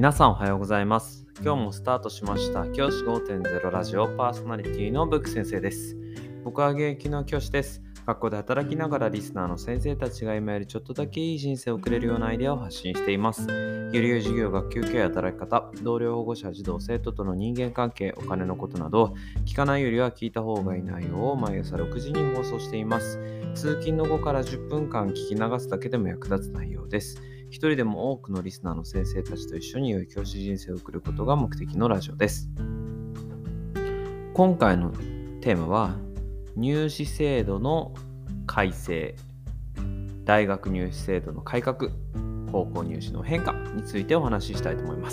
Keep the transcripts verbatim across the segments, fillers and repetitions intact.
皆さんおはようございます。今日もスタートしました教師 ごてんゼロ ラジオパーソナリティのブック先生です。僕は現役の教師です。学校で働きながらリスナーの先生たちが今よりちょっとだけいい人生を送れるようなアイデアを発信しています。より良い授業、学級経営、働き方、同僚、保護者、児童、生徒との人間関係、お金のことなど、聞かないよりは聞いた方がいい内容を毎朝ろくじに放送しています。通勤の後からじゅっぷんかん聞き流すだけでも役立つ内容です。一人でも多くのリスナーの先生たちと一緒に良い教師人生を送ることが目的のラジオです。今回のテーマは入試制度の改正、大学入試制度の改革、高校入試の変化についてお話ししたいと思います。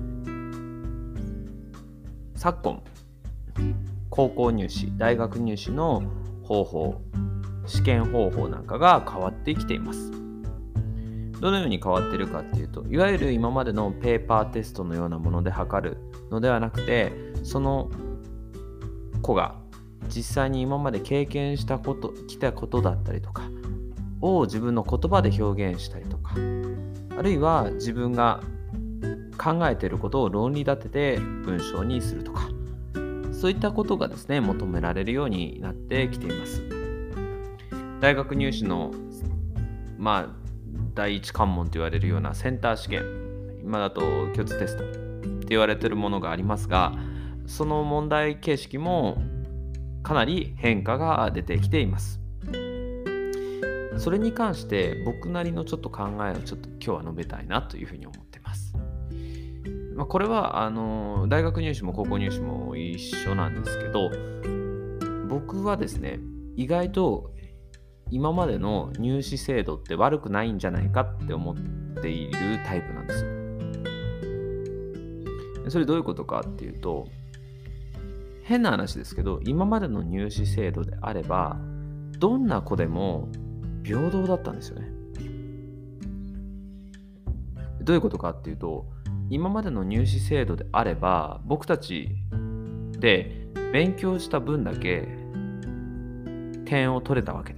昨今、高校入試、大学入試の方法、試験方法なんかが変わってきています。どのように変わっているかっていうと、いわゆる今までのペーパーテストのようなもので測るのではなくて、その子が実際に今まで経験したこと、来たことだったりとかを自分の言葉で表現したりとか、あるいは自分が考えていることを論理立てて文章にするとか、そういったことがですね、求められるようになってきています。大学入試のまあ第一関門と言われるようなセンター試験、今だと共通テストって言われているものがありますが、その問題形式もかなり変化が出てきています。それに関して僕なりのちょっと考えをちょっと今日は述べたいなというふうに思っています。まあ、これはあの大学入試も高校入試も一緒なんですけど、僕はですね、意外と今までの入試制度って悪くないんじゃないかって思っているタイプなんですよ。それどういうことかっていうと、変な話ですけど、今までの入試制度であればどんな子でも平等だったんですよね。どういうことかっていうと、今までの入試制度であれば僕たちで勉強した分だけ点を取れたわけです。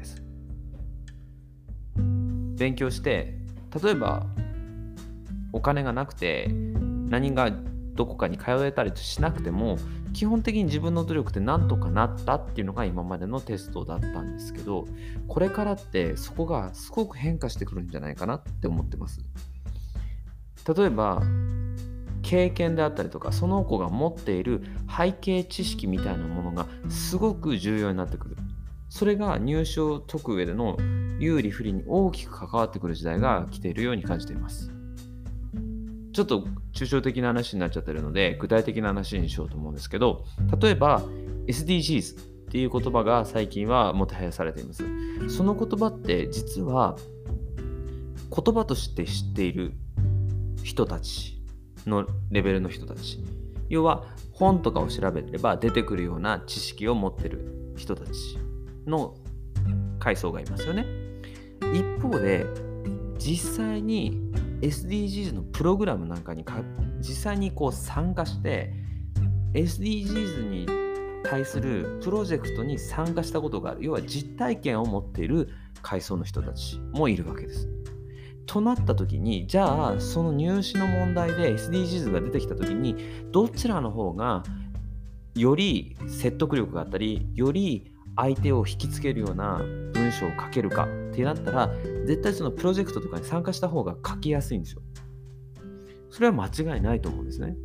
勉強して、例えばお金がなくて何がどこかに通えたりしなくても、基本的に自分の努力でなんとかなったっていうのが今までのテストだったんですけど、これからってそこがすごく変化してくるんじゃないかなって思ってます。例えば経験であったりとか、その子が持っている背景知識みたいなものがすごく重要になってくる。それが入試を解く上での有利不利に大きく関わってくる時代が来ているように感じています。ちょっと抽象的な話になっちゃってるので具体的な話にしようと思うんですけど、例えば エスディージーズ っていう言葉が最近はもてはやされています。その言葉って実は言葉として知っている人たちのレベルの人たち、要は本とかを調べれば出てくるような知識を持っている人たちの階層がいますよね。一方で実際に エスディージーズ のプログラムなんかにか実際にこう参加して エスディージーズ に対するプロジェクトに参加したことがある、要は実体験を持っている階層の人たちもいるわけです。となった時に、じゃあその入試の問題で エスディージーズ が出てきた時に、どちらの方がより説得力があったり、より相手を引きつけるような文章を書けるかってなったら、絶対そのプロジェクトとかに参加した方が書きやすいんですよ。それは間違いないと思うんですね。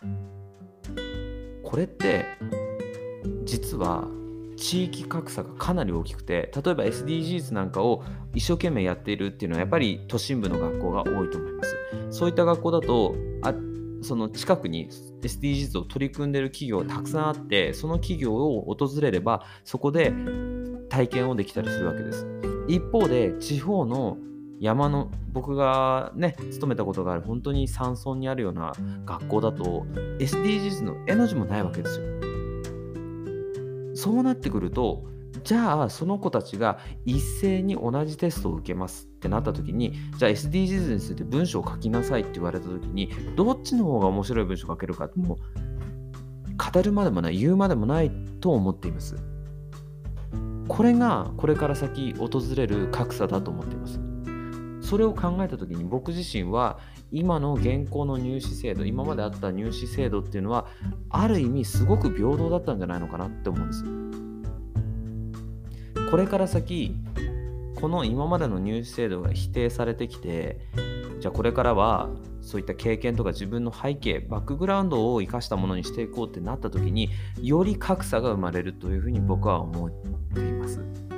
これって実は地域格差がかなり大きくて、例えば エスディージーズ なんかを一生懸命やっているっていうのはやっぱり都心部の学校が多いと思います。そういった学校だとあその近くに エスディージーズ を取り組んでいる企業がたくさんあって、その企業を訪れればそこで体験をできたりするわけです。一方で地方の山の、僕がね勤めたことがある本当に山村にあるような学校だと エスディージーズ の絵の字もないわけですよ。そうなってくると、じゃあその子たちが一斉に同じテストを受けますってなった時に、じゃあ エスディージーズ について文章を書きなさいって言われた時に、どっちの方が面白い文章を書けるかってもう語るまでもない、言うまでもないと思っています。これがこれから先訪れる格差だと思っています。 それを考えた時に僕自身は今の現行の入試制度、今まであった入試制度っていうのはある意味すごく平等だったんじゃないのかなって思うんです。これから先この今までの入試制度が否定されてきて、じゃあこれからはそういった経験とか自分の背景、バックグラウンドを生かしたものにしていこうってなった時に、より格差が生まれるというふうに僕は思っています。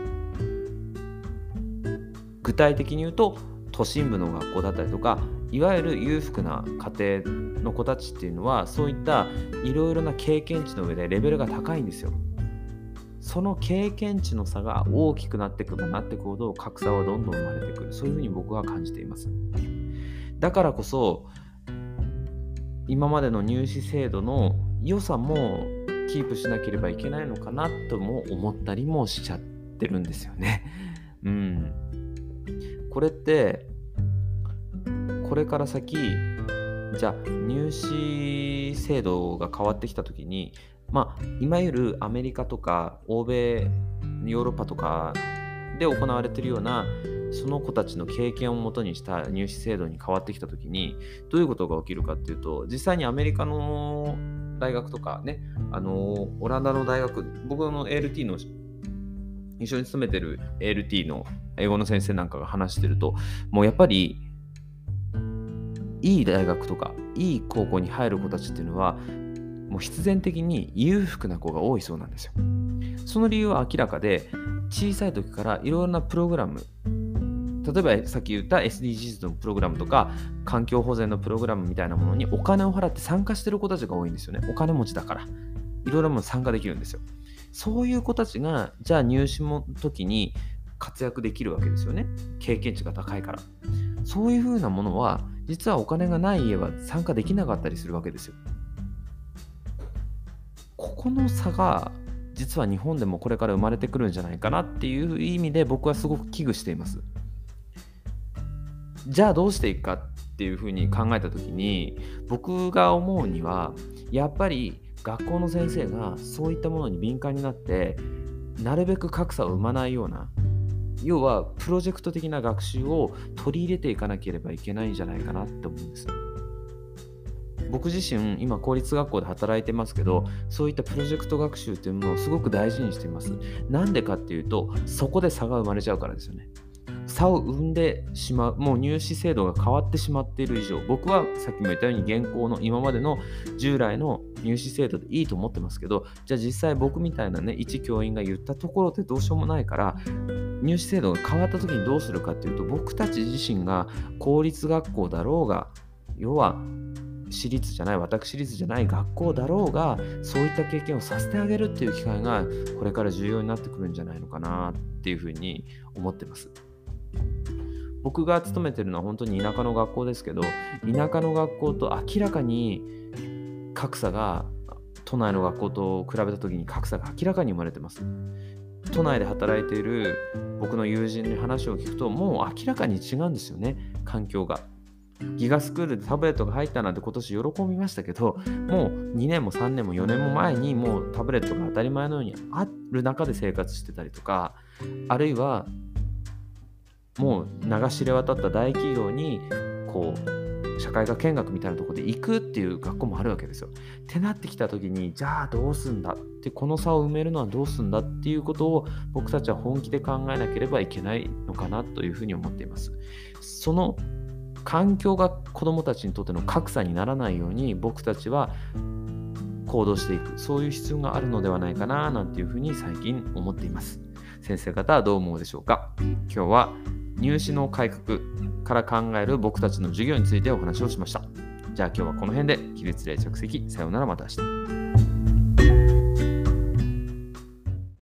具体的に言うと、都心部の学校だったりとか、いわゆる裕福な家庭の子たちっていうのは、そういったいろいろな経験値の上でレベルが高いんですよ。その経験値の差が大きくなっていくばなっていくほど格差はどんどん生まれてくる。そういうふうに僕は感じています。だからこそ今までの入試制度の良さもキープしなければいけないのかなとも思ったりもしちゃってるんですよね。うん。これってこれから先、じゃあ入試制度が変わってきたときに、まあ、いわゆるアメリカとか欧米、ヨーロッパとかで行われているようなその子たちの経験をもとにした入試制度に変わってきたときに、どういうことが起きるかっていうと、実際にアメリカの大学とかね、あのオランダの大学、僕の エーエルティー の一緒に勤めてる エーエルティー の英語の先生なんかが話してると、もうやっぱりいい大学とかいい高校に入る子たちっていうのはもう必然的に裕福な子が多いそうなんですよ。その理由は明らかで、小さい時からいろいろなプログラム、例えばさっき言った エスディージーズ のプログラムとか環境保全のプログラムみたいなものにお金を払って参加してる子たちが多いんですよね。お金持ちだからいろいろも参加できるんですよ。そういう子たちがじゃあ入試の時に活躍できるわけですよね。経験値が高いから。そういう風なものは実はお金がない家は参加できなかったりするわけですよ。ここの差が実は日本でもこれから生まれてくるんじゃないかなっていう意味で僕はすごく危惧しています。じゃあどうしていくかっていうふうに考えた時に、僕が思うにはやっぱり学校の先生がそういったものに敏感になってなるべく格差を生まないような、要はプロジェクト的な学習を取り入れていかなければいけないんじゃないかなって思うんです。僕自身今公立学校で働いてますけど、そういったプロジェクト学習っていうものをすごく大事にしています。なんでかっていうと、そこで差が生まれちゃうからですよね。差を生んでしまう、もう入試制度が変わってしまっている以上、僕はさっきも言ったように現行の今までの従来の入試制度でいいと思ってますけど、じゃあ実際僕みたいなね一教員が言ったところでどうしようもないから、入試制度が変わった時にどうするかっていうと、僕たち自身が公立学校だろうが、要は私立じゃない、私立じゃない学校だろうが、そういった経験をさせてあげるっていう機会がこれから重要になってくるんじゃないのかなっていうふうに思ってます。僕が勤めてるのは本当に田舎の学校ですけど、田舎の学校と明らかに格差が、都内の学校と比べた時に格差が明らかに生まれてます。都内で働いている僕の友人に話を聞くと、もう明らかに違うんですよね、環境が。ギガスクールでタブレットが入ったなんて今年喜びましたけど、もうにねんもさんねんもよねんも前にもうタブレットが当たり前のようにある中で生活してたりとか、あるいはもう流し入れ渡った大企業にこう社会科見学みたいなところで行くっていう学校もあるわけですよ。ってなってきた時に、じゃあどうすんだって、この差を埋めるのはどうすんだっていうことを僕たちは本気で考えなければいけないのかなというふうに思っています。その環境が子どもたちにとっての格差にならないように僕たちは行動していく、そういう必要があるのではないかななんていうふうに最近思っています。先生方はどう思うでしょうか。今日は入試の改革から考える僕たちの授業についてお話をしました。じゃあ今日はこの辺で。起立例着席。さようなら、また明日。